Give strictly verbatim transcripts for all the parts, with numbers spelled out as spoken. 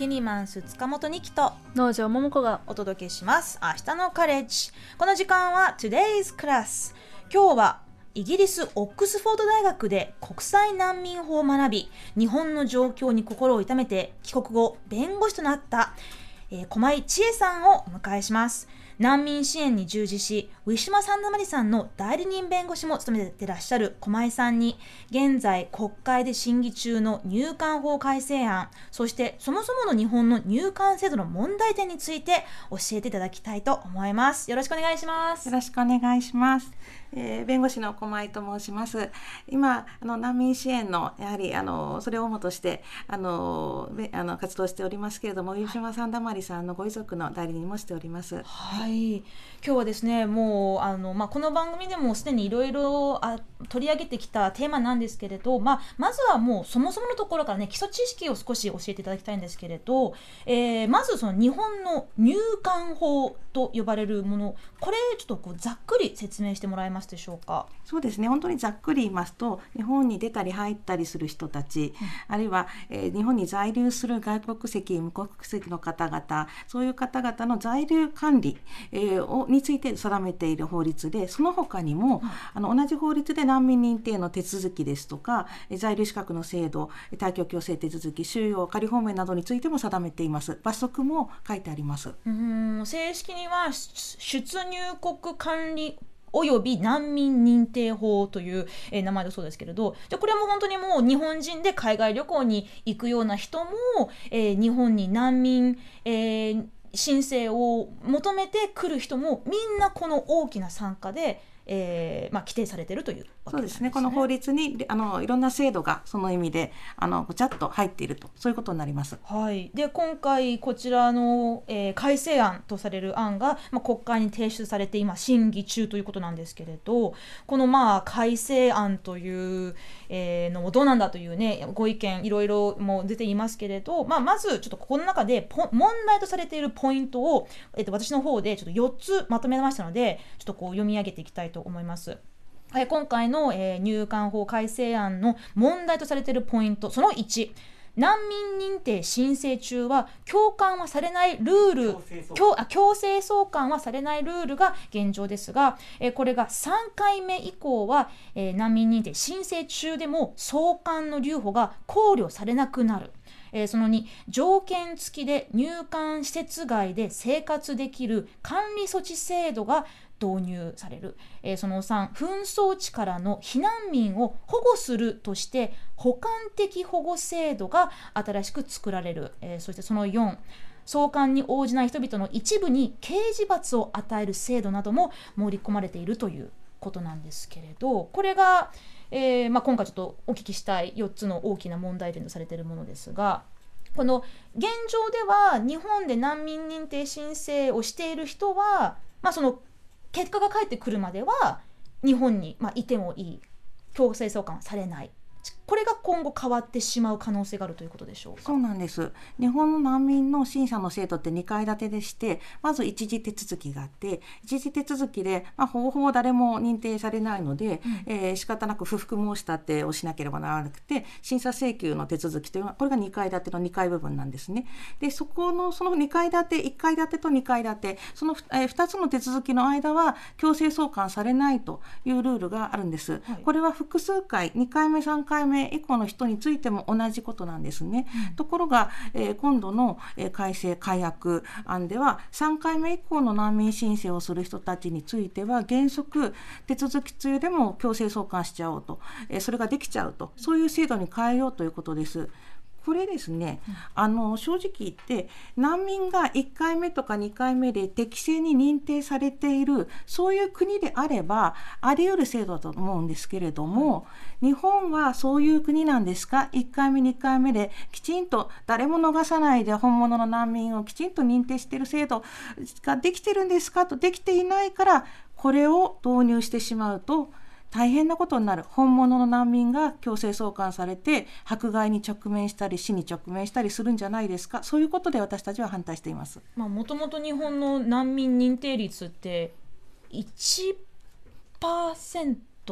キニマンス塚本二木と農場桃子がお届けします。明日のカレッジ。この時間は Today's Class。今日はイギリスオックスフォード大学で国際難民法を学び、日本の状況に心を痛めて帰国後弁護士となった、えー、駒井千恵さんをお迎えします。難民支援に従事し、ウィシュマ・サンダマリさんの代理人弁護士も務めていらっしゃる駒井さんに、現在国会で審議中の入管法改正案、そしてそもそもの日本の入管制度の問題点について教えていただきたいと思います。よろしくお願いします。 よろしくお願いします。えー、弁護士の駒井と申します。今あの難民支援のやはりあのそれを主としてあのあの活動しておりますけれども、ウィシュマ・サンダマリさんのご遺族の代理人もしております。 はい、今日はですね、もうあの、まあ、この番組でもすでにいろいろ取り上げてきたテーマなんですけれど、まあ、まずはもうそもそものところからね、基礎知識を少し教えていただきたいんですけれど、えー、まずその日本の入管法と呼ばれるもの、これちょっとこうざっくり説明してもらえますでしょうか。 そうですね、本当にざっくり言いますと、日本に出たり入ったりする人たち、うん、あるいは、えー、日本に在留する外国籍無国籍の方々、そういう方々の在留管理、えー、をについて定めている法律で、その他にも、うん、あの同じ法律で難民認定の手続きですとか、在留資格の制度、退去強制手続き、収容仮放免などについても定めています。罰則も書いてあります。 うーん、正式には出入国管理および難民認定法という、えー、名前だそうですけれど、じゃこれも本当にもう日本人で海外旅行に行くような人も、えー、日本に難民、えー、申請を求めてくる人もみんなこの大きな参加で、えーまあ、規定されているというわけなんですね。 そうですね、この法律にあのいろんな制度がその意味であのごちゃっと入っていると、そういうことになります。 はい、で今回こちらの、えー、改正案とされる案が、まあ、国会に提出されて今審議中ということなんですけれど、このまあ改正案という、えー、のもどうなんだというね、ご意見いろいろも出ていますけれど、まあ、まずちょっとこの中でポ問題とされているポイントを、えー、と私の方でちょっとよっつまとめましたので、ちょっとこう読み上げていきたいと思います。今回の、えー、入管法改正案の問題とされているポイント、そのいち、難民認定申請中は強姦はされないルール、強, 強制送還はされないルールが現状ですが、えー、これがさんかいめ以降は、えー、難民認定申請中でも送還の留保が考慮されなくなる。えー、そのに、条件付きで入管施設外で生活できる管理措置制度が導入される。えー、そのさん、紛争地からの避難民を保護するとして補完的保護制度が新しく作られる。えー、そしてそのよん、送還に応じない人々の一部に刑事罰を与える制度なども盛り込まれているということなんですけれど、これが、えーまあ、今回ちょっとお聞きしたいよっつの大きな問題点とされているものですが、この現状では日本で難民認定申請をしている人は、まあ、その結果が返ってくるまでは日本に、まあ、いてもいい、強制送還されない、これが今後変わってしまう可能性があるということでしょうか。 そうなんです。日本の難民の審査の制度ってにかい建てでして、まず一時手続きがあって、一時手続きで、まあ、ほぼほぼ誰も認定されないので、うんえー、仕方なく不服申し立てをしなければならなくて、審査請求の手続きというのはこれがにかい建てのにかい部分なんですね。でそこのそのにかい建て、いっかい建てとにかい建て、その、えー、ふたつの手続きの間は強制送還されないというルールがあるんです。はい、これは複数回、にかいめさんかいめ以降の人についても同じことなんですね。うん、ところが、えー、今度の、えー、改正改悪案ではさんかいめ以降の難民申請をする人たちについては原則手続き中でも強制送還しちゃおうと、えー、それができちゃうと、そういう制度に変えようということです。これですね、あの正直言って難民がいっかいめとかにかいめで適正に認定されているそういう国であればあり得る制度だと思うんですけれども、日本はそういう国なんですか。いっかいめにかいめできちんと誰も逃さないで本物の難民をきちんと認定している制度ができてるんですかと、できていないからこれを導入してしまうと大変なことになる。本物の難民が強制送還されて迫害に直面したり死に直面したりするんじゃないですか。そういうことで私たちは反対しています。 もともと日本の難民認定率って いちパーセント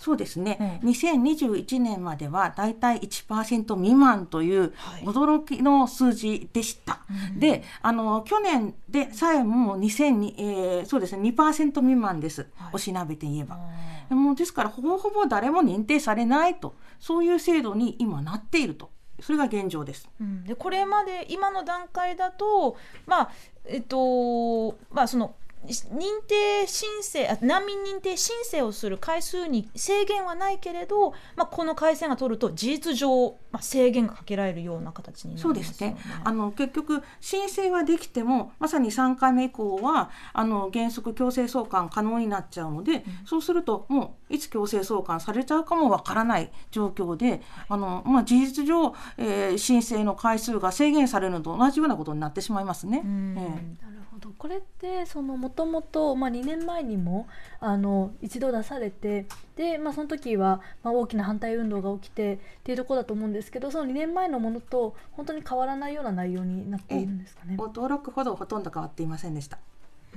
そうですね、 うん、 にせんにじゅういちねんまではだいたい いちパーセント 未満という驚きの数字でした、はい、であの去年でさえもにせんに、えー、そうですね にパーセント 未満です、はい、お調べて言えば。もうですからほぼほぼ誰も認定されないと、そういう制度に今なっていると、それが現状です、 うん、でこれまで今の段階だとまあえっとまあその認定申請あ難民認定申請をする回数に制限はないけれど、まあ、この改正が取ると事実上、まあ、制限がかけられるような形になりますよね。 そうですね、あの結局申請はできてもまさにさんかいめ以降はあの原則強制送還可能になっちゃうので、うん、そうするともういつ強制送還されちゃうかもわからない状況で、はい、あのまあ、事実上、えー、申請の回数が制限されるのと同じようなことになってしまいますね。 うん、えー、なるほど。これってそのもともとにねんまえにもあの一度出されてで、まあ、その時はまあ大きな反対運動が起きてっていうところだと思うんですけど、そのにねんまえのものと本当に変わらないような内容になっているんですかね。 登録ほどほとんど変わっていませんでした。 うん、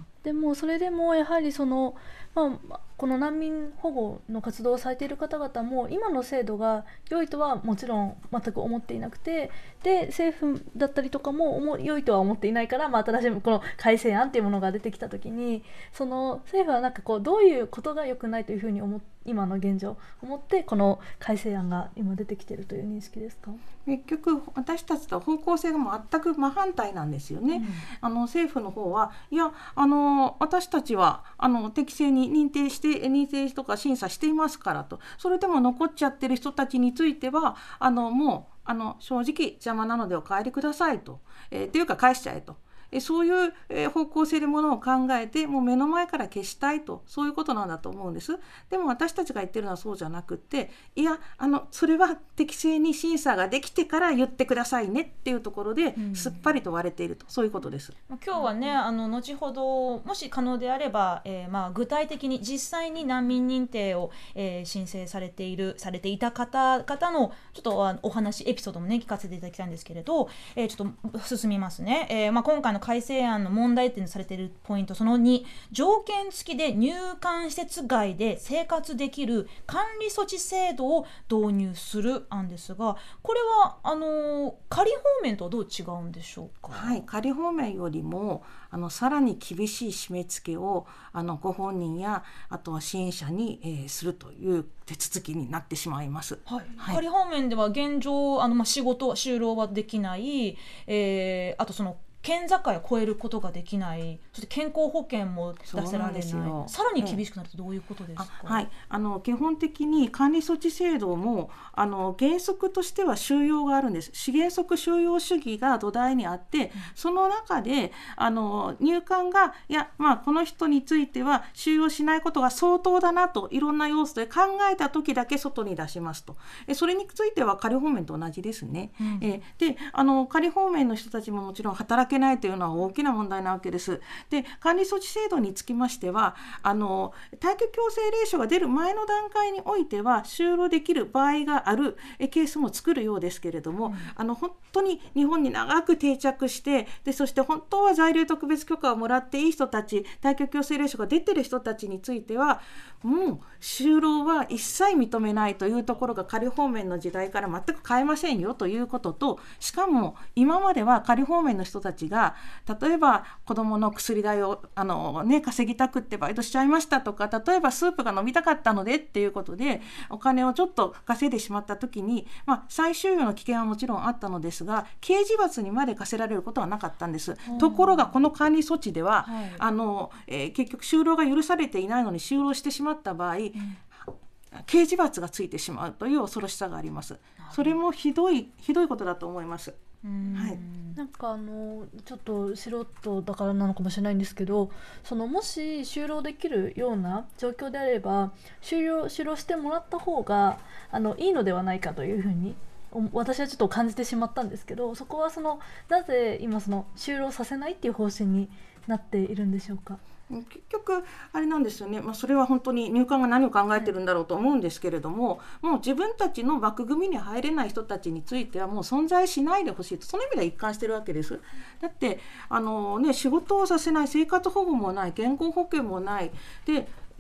でもそれでもやはりその、まあ、この難民保護の活動をされている方々も今の制度が良いとはもちろん全く思っていなくて、で政府だったりとかも良いとは思っていないから、まあ、新しいこの改正案というものが出てきた時にその政府はなんかこうどういうことが良くないというふうに思って今の現状思ってこの改正案が今出てきているという認識ですか？ 結局私たちと方向性が全く真反対なんですよね、うん、あの政府の方はいやあの私たちはあの適正に認定して認定とか審査していますからと、それでも残っちゃってる人たちについてはあのもうあの正直邪魔なのでお帰りくださいと、えー、っていうか返しちゃえと、そういう方向性でものを考えてもう目の前から消したいと、そういうことなんだと思うんです。でも私たちが言ってるのはそうじゃなくて、いやあのそれは適正に審査ができてから言ってくださいねっていうところですっぱりと割れていると、そういうことです。 今日はねあの後ほどもし可能であれば、えーまあ、具体的に実際に難民認定を、えー、申請されているされていた方々のちょっとお話エピソードもね聞かせていただきたいんですけれど、えー、ちょっと進みますね、えーまあ、今回の改正案の問題点とされているポイントそのに、条件付きで入管施設外で生活できる管理措置制度を導入する案ですが、これはあの仮放免とはどう違うんでしょうか？ はい、仮放免よりもあのさらに厳しい締め付けをあのご本人やあとは支援者に、えー、するという手続きになってしまいます、 はいはい、仮放免では現状あの、まあ、仕事就労はできない、えー、あとその県境を越えることができない、そして健康保険も出せられない、さらに厳しくなるとどういうことですか？ ええ、あはい、あの基本的に管理措置制度もあの原則としては収容があるんです。資原則収容主義が土台にあって、うん、その中であの入管がいや、まあ、この人については収容しないことが相当だなといろんな要素で考えた時だけ外に出しますと、えそれについては仮放免と同じですね、うん、えであの仮放免の人たちももちろん働けないというのは大きな問題なわけです。で管理措置制度につきましてはあの退去強制令書が出る前の段階においては就労できる場合があるケースも作るようですけれども、うん、あの本当に日本に長く定着してでそして本当は在留特別許可をもらっていい人たち、退去強制令書が出てる人たちについてはもう就労は一切認めないというところが仮放免の時代から全く変えませんよということと、しかも今までは仮放免の人たちが例えば子どもの薬代をあの、ね、稼ぎたくってバイトしちゃいましたとか、例えばスープが飲みたかったのでっていうことでお金をちょっと稼いでしまった時に、まあ、再収容の危険はもちろんあったのですが刑事罰にまで課せられることはなかったんです。ところがこの管理措置では、はい、あのえー、結局就労が許されていないのに就労してしまった場合、うん、刑事罰がついてしまうという恐ろしさがあります。それもひどいひどいことだと思います。 うんはい、なんかあのちょっと素人だからなのかもしれないんですけど、そのもし就労できるような状況であれば就労、就労してもらった方があのいいのではないかというふうに私はちょっと感じてしまったんですけど、そこはそのなぜ今その就労させないっていう方針になっているんでしょうか？ 結局あれなんですよね、まあ、それは本当に入管が何を考えてるんだろうと思うんですけれども、もう自分たちの枠組みに入れない人たちについてはもう存在しないでほしいと、その意味では一貫してるわけです。だってあの、ね、仕事をさせない、生活保護もない、健康保険もないで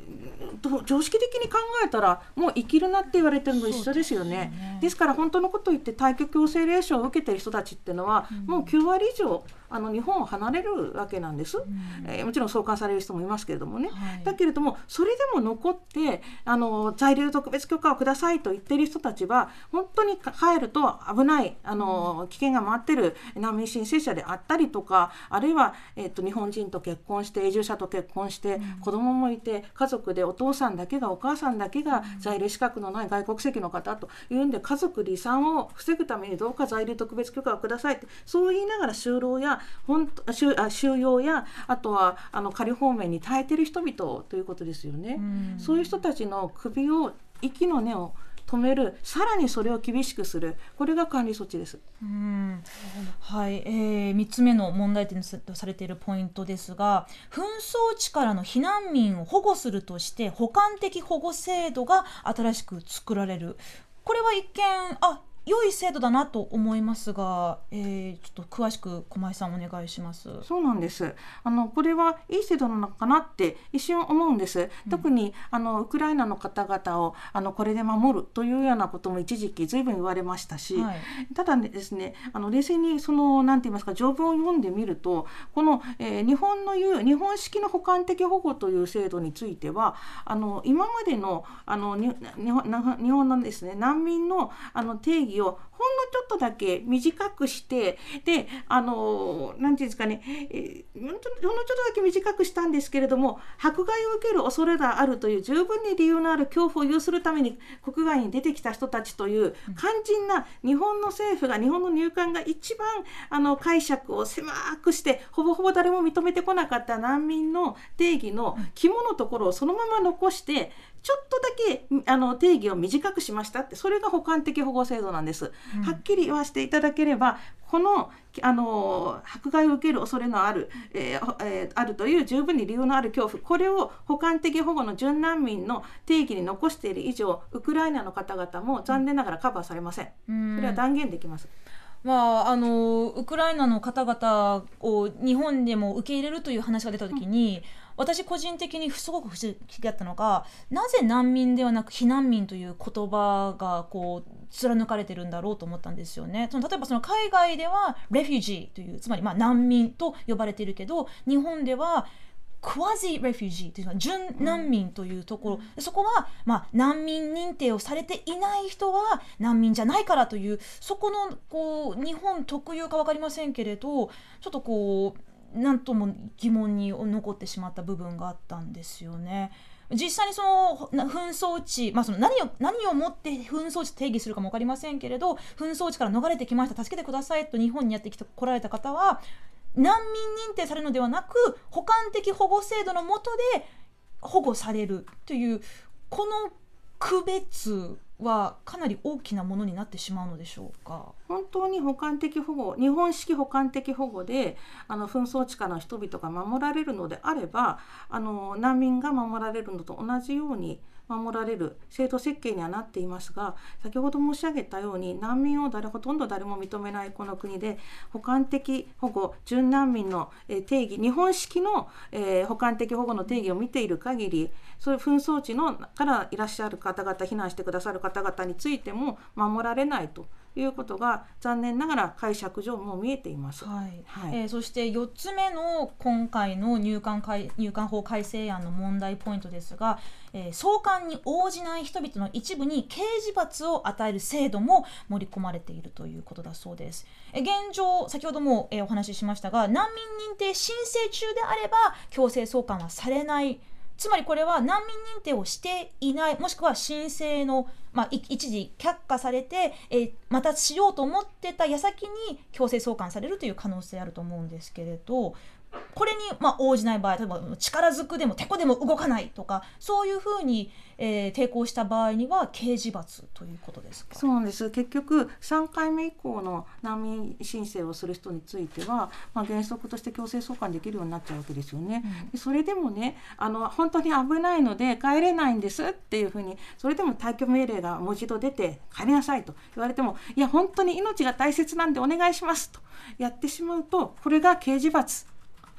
常識的に考えたらもう生きるなって言われてるのと一緒ですよね。ですよね。ですから本当のことを言って退去強制令書を受けている人たちっていうのは、うん、もうきゅうわり以上あの日本を離れるわけなんです、うんえー、もちろん送還される人もいますけれどもね、はい、だけれどもそれでも残ってあの在留特別許可をくださいと言っている人たちは本当に帰ると危ないあの危険が待ってる難民申請者であったりとか、あるいは、えー、と日本人と結婚して永住者と結婚して、うん、子供もいて家族でお父さんだけがお母さんだけが在留資格のない外国籍の方というんで、家族離散を防ぐためにどうか在留特別許可をくださいってそう言いながら就労や本当 収, 収容やあとはあの仮放免に耐えている人々ということですよね。うんそういう人たちの首を息の根を止める、さらにそれを厳しくする、これが管理措置です。 うんはいえー、みっつめの問題点とされているポイントですが、紛争地からの避難民を保護するとして補完的保護制度が新しく作られる。これは一見あ良い制度だなと思いますが、えー、ちょっと詳しく駒井さんお願いします。 そうなんです。あのこれはいい制度なのかなって一瞬思うんです、うん、特にあのウクライナの方々をあのこれで守るというようなことも一時期ずいぶん言われましたし、はい、ただですねあの冷静にそのなんて言いますか条文を読んでみるとこの、えー、日本の言う日本式の補完的保護という制度についてはあの今までのあのに日本、日本のですね難民のあの定義をほんのちょっとだけ短くしてであのなんていうんですかね、えー、ほんのちょっとだけ短くしたんですけれども迫害を受ける恐れがあるという十分に理由のある恐怖を有するために国外に出てきた人たちという肝心な日本の政府が日本の入管が一番あの解釈を狭くしてほぼほぼ誰も認めてこなかった難民の定義の肝のところをそのまま残してちょっとだけあの定義を短くしましたって、それが補完的保護制度なんです、うん、はっきり言わせていただければこの、あの迫害を受ける恐れのある、えーえー、あるという十分に理由のある恐怖、これを補完的保護の準難民の定義に残している以上ウクライナの方々も残念ながらカバーされません。うん、それは断言できます。 まあ、あのウクライナの方々を日本でも受け入れるという話が出たときに、うん私個人的にすごく不思議だったのが、なぜ難民ではなく避難民という言葉がこう貫かれてるんだろうと思ったんですよね。その例えばその海外ではレフュージーというつまりまあ難民と呼ばれているけど、日本ではクワジレフュージーというか準難民というところ、うん、そこはまあ難民認定をされていない人は難民じゃないからという、そこのこう日本特有か分かりませんけれど、ちょっとこうなんとも疑問に残ってしまった部分があったんですよね。実際にその紛争地、まあ、その何を何をもって紛争地定義するかも分かりませんけれど、紛争地から逃れてきました、助けてくださいと日本にやってきて来られた方は難民認定されるのではなく補完的保護制度の下で保護されるという、この区別はかなり大きなものになってしまうのでしょうか。 本当に補完的保護、日本式補完的保護であの紛争地下の人々が守られるのであれば、あの難民が守られるのと同じように守られる制度設計にはなっていますが、先ほど申し上げたように難民を誰ほとんど誰も認めないこの国で補完的保護準難民の定義、日本式の、えー、補完的保護の定義を見ている限り、そういう紛争地のからいらっしゃる方々、避難してくださる方々についても守られないということが残念ながら解釈上も見えています。 はいはいえー、そしてよっつめの今回の入管改、入管法改正案の問題ポイントですが、えー、送還に応じない人々の一部に刑事罰を与える制度も盛り込まれているということだそうです。えー、現状先ほども、えー、お話ししましたが、難民認定申請中であれば強制送還はされない、つまりこれは難民認定をしていない、もしくは申請の、まあ、一時却下されて、えー、またしようと思ってた矢先に強制送還されるという可能性あると思うんですけれど、これにまあ応じない場合、例えば力ずくでもてこでも動かないとか、そういうふうに、えー、抵抗した場合には刑事罰ということですか。 そうなんです。結局さんかいめ以降の難民申請をする人については、まあ、原則として強制送還できるようになっちゃうわけですよね。うん、それでもね、あの本当に危ないので帰れないんですっていうふうに、それでも退去命令がもう一度出て帰りなさいと言われても、いや本当に命が大切なんでお願いしますとやってしまうと、これが刑事罰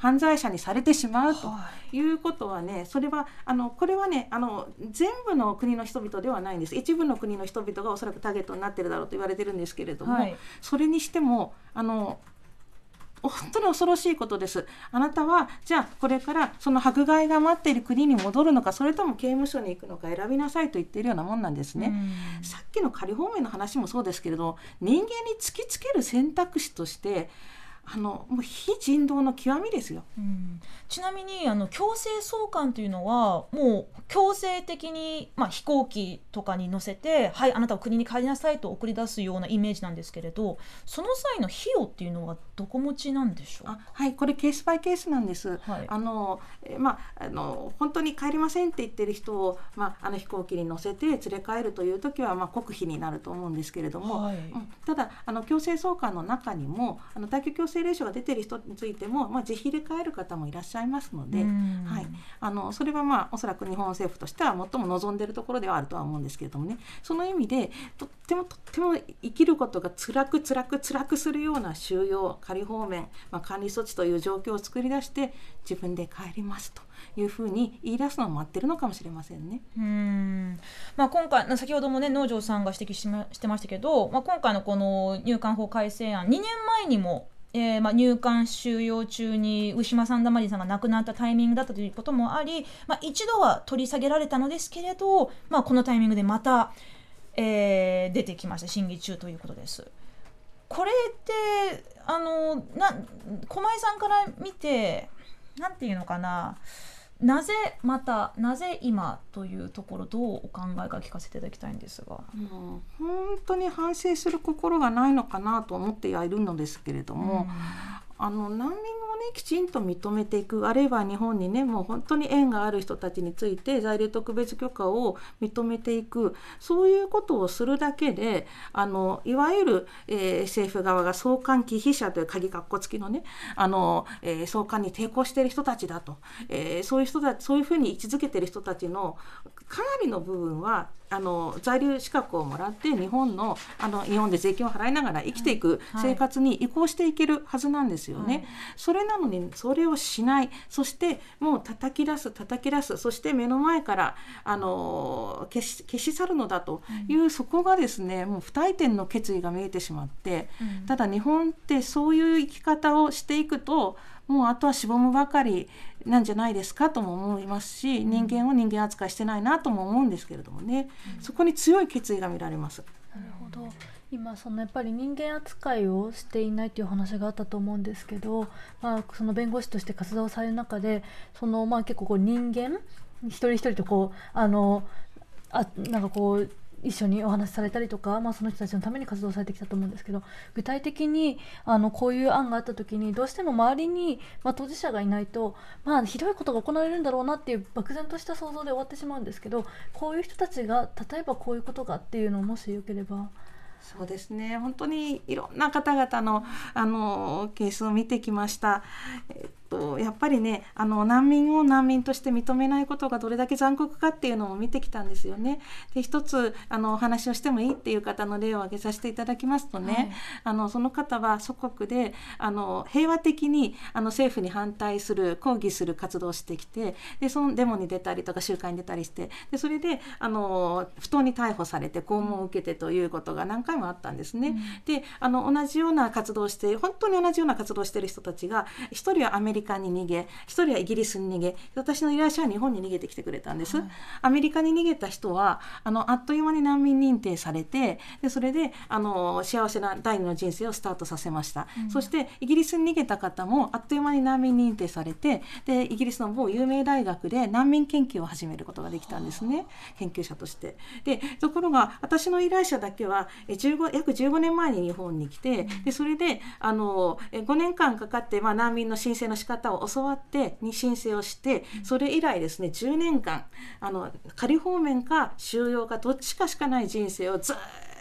犯罪者にされてしまうということはね、それはあのこれはねあの全部の国の人々ではないんです。一部の国の人々がおそらくターゲットになっているだろうと言われているんですけれども、はい、それにしてもあの本当に恐ろしいことです。あなたはじゃあこれからその迫害が待っている国に戻るのか、それとも刑務所に行くのか選びなさいと言っているようなもんなんですね。さっきの仮放免の話もそうですけれど、人間に突きつける選択肢としてあのもう非人道の極みですよ。 うん、ちなみにあの強制送還というのはもう強制的に、まあ、飛行機とかに乗せて、はい、あなたは国に帰りなさいと送り出すようなイメージなんですけれど、その際の費用っていうのはどこ持ちなんでしょう。 あ、はい、これケースバイケースなんです。 はい、 あのえまあ、あの本当に帰りませんって言ってる人を、まあ、あの飛行機に乗せて連れ帰るという時は、まあ、国費になると思うんですけれども、はい、うん、ただあの強制送還の中にもあの退去強制令書が出ている人についても、まあ、自費で帰る方もいらっしゃいますので、はい、あのそれは、まあ、おそらく日本政府としては最も望んでいるところではあるとは思うんですけれどもね、その意味でとってもとっても生きることが辛く辛く辛くするような収容仮放免、まあ、管理措置という状況を作り出して自分で帰りますというふうに言い出すのを待ってるのかもしれませんね。 うーん、まあ、今回先ほどもね能條さんが指摘しま、してましたけど、まあ、今回のこの入管法改正案にねんまえにもえーまあ、入管収容中にウィシュマ・サンダマリさんが亡くなったタイミングだったということもあり、まあ、一度は取り下げられたのですけれど、まあ、このタイミングでまた、えー、出てきました。審議中ということです。これってあのな駒井さんから見てなんていうのかな、なぜまたなぜ今というところどうお考えか聞かせていただきたいんですが、 もう本当に反省する心がないのかなと思ってはいるのですけれども、あの難民をねきちんと認めていく、あるいは日本にねもう本当に縁がある人たちについて在留特別許可を認めていく、そういうことをするだけであのいわゆる、えー、政府側が送還忌避者という鍵括弧付きのねあの、えー、送還に抵抗している人たちだと、えー、そういう人たちそういうふうに位置づけている人たちのかなりの部分はあの在留資格をもらって日本の、あの日本で税金を払いながら生きていく生活に移行していけるはずなんですよね、はい、それなのにそれをしない、そしてもう叩き出す叩き出す、そして目の前からあの消し、消し去るのだという、うん、そこがですねもう不退転の決意が見えてしまって、うん、ただ日本ってそういう生き方をしていくともうあとはしぼむばかりなんじゃないですかとも思いますし、人間を人間扱いしてないなとも思うんですけれどもね、うん、そこに強い決意が見られます。 なるほど。今そのやっぱり人間扱いをしていないという話があったと思うんですけど、まあ、その弁護士として活動される中でその、まあ、結構こう人間一人一人とこうあのあなんかこう一緒にお話しされたりとか、まあ、その人たちのために活動されてきたと思うんですけど、具体的にあのこういう案があった時にどうしても周りに、まあ、当事者がいないと、まあ、ひどいことが行われるんだろうなっていう漠然とした想像で終わってしまうんですけど、こういう人たちが例えばこういうことがっていうのをもしよければ。 そうですね、本当にいろんな方々の、あのケースを見てきました。えっと、やっぱりねあの難民を難民として認めないことがどれだけ残酷かっていうのも見てきたんですよね。で一つあのお話をしてもいいっていう方の例を挙げさせていただきますとね、はい、あのその方は祖国であの平和的にあの政府に反対する抗議する活動をしてきて、でそのデモに出たりとか集会に出たりして、でそれであの不当に逮捕されて拷問を受けてということが何回もあったんですね、うん、であの同じような活動をして本当に同じような活動をしている人たちが一人はアメリカに逃げ、一人はイギリスに逃げ、私の依頼者は日本に逃げてきてくれたんです、はい、アメリカに逃げた人はあのあっという間に難民認定されて、でそれであの幸せな第二の人生をスタートさせました、うん、そしてイギリスに逃げた方もあっという間に難民認定されて、でイギリスの某有名大学で難民研究を始めることができたんですね、研究者として。でところが私の依頼者だけはじゅうご約じゅうごねんまえに日本に来て、でそれであのごねんかんかかって、まあ、難民の申請の仕方を教わってに申請をして、それ以来ですねじゅうねんかんあの仮放免か収容かどっちかしかない人生をずっ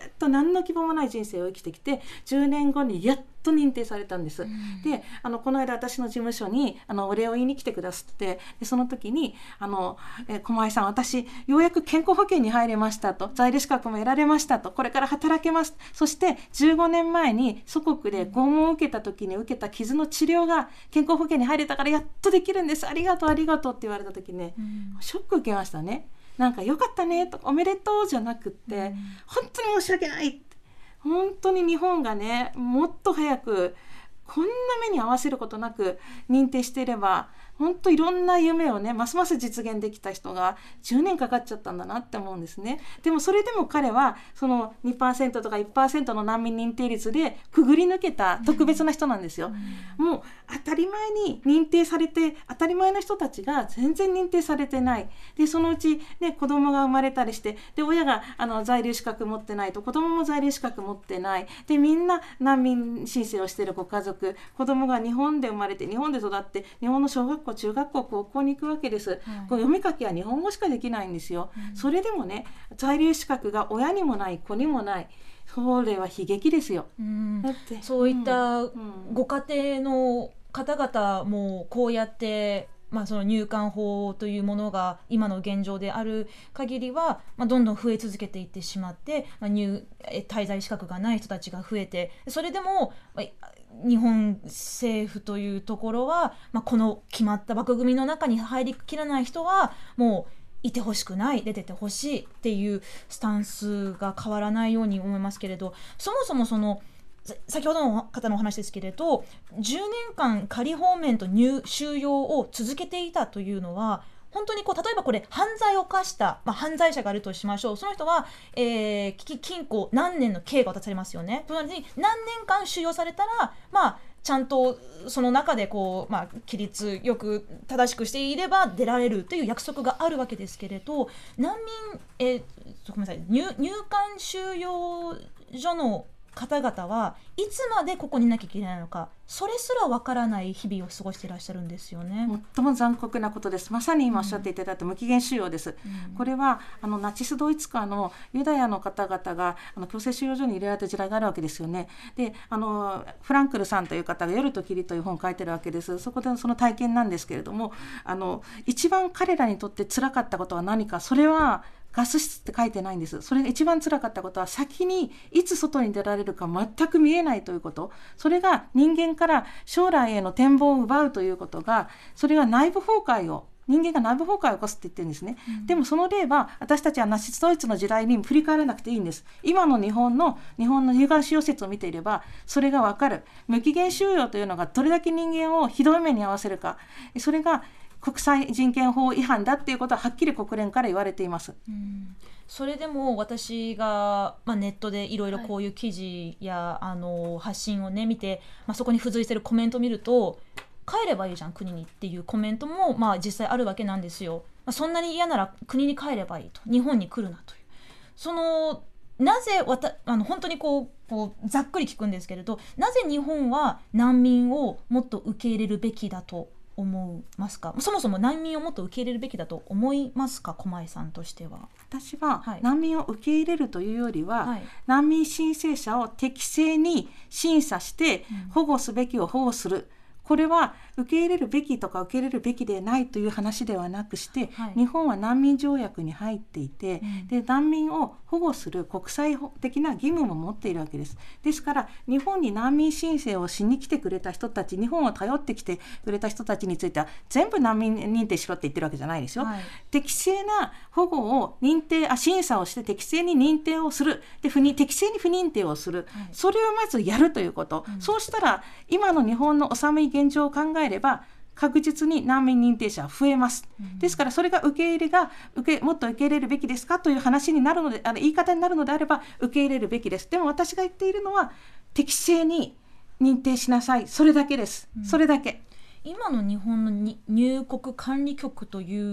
と何の希望もない人生を生きてきてじゅうねんごにやっと認定されたんです、うん、であのこの間私の事務所にあのお礼を言いに来てくださって、でその時にあの、えー、駒井さん、私ようやく健康保険に入れましたと、在留資格も得られましたと、これから働けます、そしてじゅうごねんまえに祖国で拷問を受けた時に受けた傷の治療が健康保険に入れたからやっとできるんです、ありがとうありがとうって言われた時ね、うん、ショック受けましたね。なんかよかったねとかおめでとうじゃなくって、うん、本当に申し訳ないって、本当に日本がねもっと早くこんな目に合わせることなく認定していれば、本当いろんな夢をねますます実現できた人がじゅうねんかかっちゃったんだなって思うんですね。でもそれでも彼はその にパーセント とか いちパーセント の難民認定率でくぐり抜けた特別な人なんですよ、うん、もう当たり前に認定されて当たり前の人たちが全然認定されてない。でそのうち、ね、子供が生まれたりして、で親があの在留資格持ってないと子供も在留資格持ってないで、みんな難民申請をしているご家族、子供が日本で生まれて日本で育って日本の小学校中学校高校に行くわけです、はい、こう読み書きは日本語しかできないんですよ、うん、それでもね在留資格が親にもない子にもない、それは悲劇ですよ、 うん、だってそういったご家庭の方々もこうやって、まあ、その入管法というものが今の現状である限りは、まあ、どんどん増え続けていってしまって、まあ、入滞在資格がない人たちが増えて、それでも、まあ日本政府というところは、まあ、この決まった枠組みの中に入りきらない人はもういてほしくない、出ててほしいっていうスタンスが変わらないように思いますけれど、そもそもその先ほどの方のお話ですけれど、じゅうねんかん仮放免と入収容を続けていたというのは本当にこう、例えばこれ犯罪を犯した、まあ、犯罪者があるとしましょう。その人は、えー、禁錮何年の刑が渡されますよね。つまり何年間収容されたら、まあ、ちゃんとその中でこう、まあ、規律よく正しくしていれば出られるという約束があるわけですけれど、難民、えー、ごめんなさい、入、入管収容所の方々はいつまでここにいなきゃいけないのか、それすらわからない日々を過ごしていらっしゃるんですよね。 最も残酷なことです。まさに今おっしゃっていただいた無期限収容です、うん、これはあのナチスドイツ下のユダヤの方々があの強制収容所に入れられた時代があるわけですよね。であのフランクルさんという方が夜と霧という本を書いてるわけです。そこでその体験なんですけれども、あの一番彼らにとって辛かったことは何か、それはガス室って書いてないんです。それが一番辛かったことは、先にいつ外に出られるか全く見えないということ。それが人間から将来への展望を奪うということが、それが内部崩壊を人間が内部崩壊を起こすって言ってるんですね、うん、でもその例は私たちはナチスドイツの時代に振り返らなくていいんです。今の日本の日本の入管収容施設を見ていればそれがわかる。無期限収容というのがどれだけ人間をひどい目に遭わせるか、それが国際人権法違反だっていうことははっきり国連から言われています、 うん、それでも私が、まあ、ネットでいろいろこういう記事や、はい、あの発信をね見て、まあ、そこに付随してるコメントを見ると、帰ればいいじゃん国にっていうコメントも、まあ、実際あるわけなんですよ。まあ、そんなに嫌なら国に帰ればいいと、日本に来るなという、そのなぜわたあの本当にこう、こうざっくり聞くんですけれど、なぜ日本は難民をもっと受け入れるべきだと思いますか。そもそも難民をもっと受け入れるべきだと思いますか、駒井さんとしては。 私は難民を受け入れるというよりは、はい、難民申請者を適正に審査して保護すべきを保護する、うん、これは受け入れるべきとか受け入れるべきでないという話ではなくして、はい、日本は難民条約に入っていて、うん、で難民を保護する国際的な義務も持っているわけです。ですから日本に難民申請をしに来てくれた人たち、日本を頼ってきてくれた人たちについては全部難民認定しろって言ってるわけじゃないですよ、はい、適正な保護を認定あ審査をして適正に認定をする、で不認適正に不認定をする、はい、それをまずやるということ、うん、そうしたら今の日本のお寒い現状を考えれば確実に難民認定者は増えます、うん、ですからそれが受け入れが受けもっと受け入れるべきですかという話になるので、あの言い方になるのであれば受け入れるべきです。でも私が言っているのは適正に認定しなさい、それだけです、うん、それだけ。 今の日本のに入国管理局という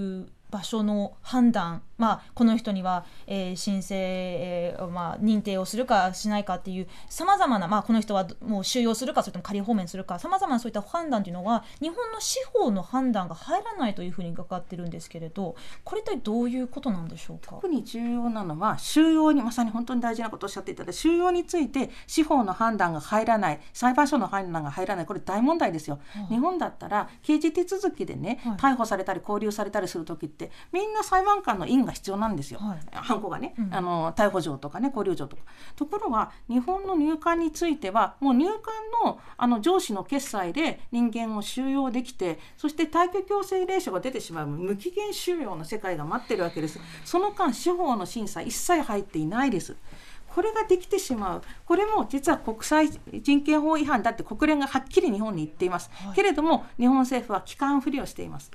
場所の判断、まあ、この人には、えー、申請、えーまあ、認定をするかしないかっていうさまざまな、まあ、この人はもう収容するかそれとも仮放免するかさまざまなそういった判断というのは日本の司法の判断が入らないというふうに伺ってるんですけれど、これ一体どういうことなんでしょうか。 特に重要なのは収容にまさに本当に大事なことをおっしゃっていただいて、収容について司法の判断が入らない、裁判所の判断が入らない、これ大問題ですよ、はあ、日本だったら刑事手続きでね、はい、逮捕されたり拘留されたりするときってみんな裁判官の印が必要なんですよ、はい、ハンコがね、うん、あの逮捕状とかね拘留状とか。ところが日本の入管についてはもう入管 の, あの上司の決裁で人間を収容できて、そして退去強制令書が出てしまう無期限収容の世界が待ってるわけです。その間司法の審査一切入っていないです。これができてしまう、これも実は国際人権法違反だって国連がはっきり日本に言っています、はい、けれども日本政府は聞かんふりをしています。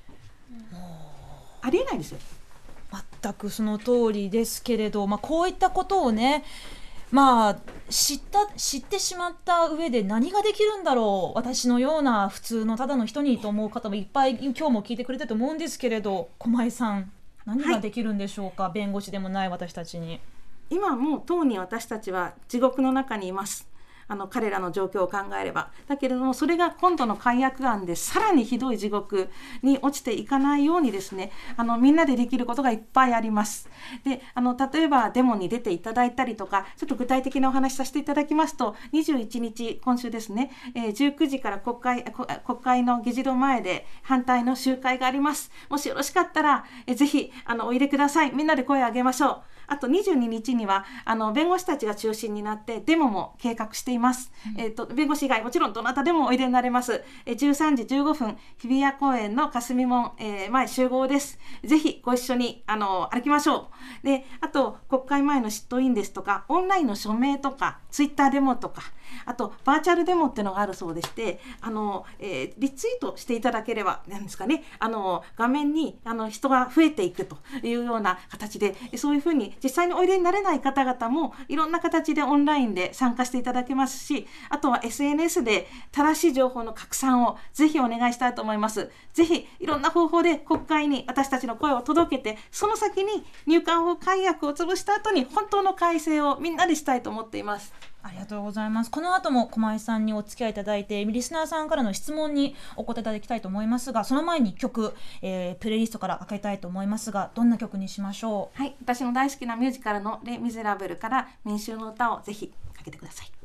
ありえないですよ。 全くその通りですけれど、まあ、こういったことをね、まあ、知った、知ってしまった上で何ができるんだろう、私のような普通のただの人にと思う方もいっぱい今日も聞いてくれてると思うんですけれど、駒井さん何ができるんでしょうか、はい、弁護士でもない私たちに。 今もうとうに私たちは地獄の中にいます。あの彼らの状況を考えれば。だけれどもそれが今度の改悪案でさらにひどい地獄に落ちていかないようにですね、あのみんなでできることがいっぱいあります。であの例えばデモに出ていただいたりとか、ちょっと具体的なお話させていただきますと、にじゅういちにち今週ですね、えー、じゅうくじから国会、国会の議事堂前で反対の集会があります。もしよろしかったら、えー、ぜひあのおいでください。みんなで声を上げましょう。あとにじゅうににちにはあの弁護士たちが中心になってデモも計画しています、うん、えーと、弁護士以外もちろんどなたでもおいでになれます。えー、じゅうさんじじゅうごふん日比谷公園の霞門、えー、前集合です。ぜひご一緒にあの歩きましょう。であと国会前のシットインですとか、オンラインの署名とかツイッターデモとか、あとバーチャルデモっていうのがあるそうでして、あの、えー、リツイートしていただければなんですかね、あの画面にあの人が増えていくというような形で、そういうふうに実際においでになれない方々もいろんな形でオンラインで参加していただけますし、あとは エスエヌエス で正しい情報の拡散をぜひお願いしたいと思います。ぜひいろんな方法で国会に私たちの声を届けて、その先に入管法改悪を潰した後に本当の改正をみんなでしたいと思っています。 ありがとうございます。この後も駒井さんにお付き合いいただいて、リスナーさんからの質問にお答えいただきたいと思いますが、その前にいっきょく、えー、プレイリストからかけたいと思いますが、どんな曲にしましょう。 はい、私の大好きなミュージカルのレ・ミゼラブルから民衆の歌をぜひかけてください。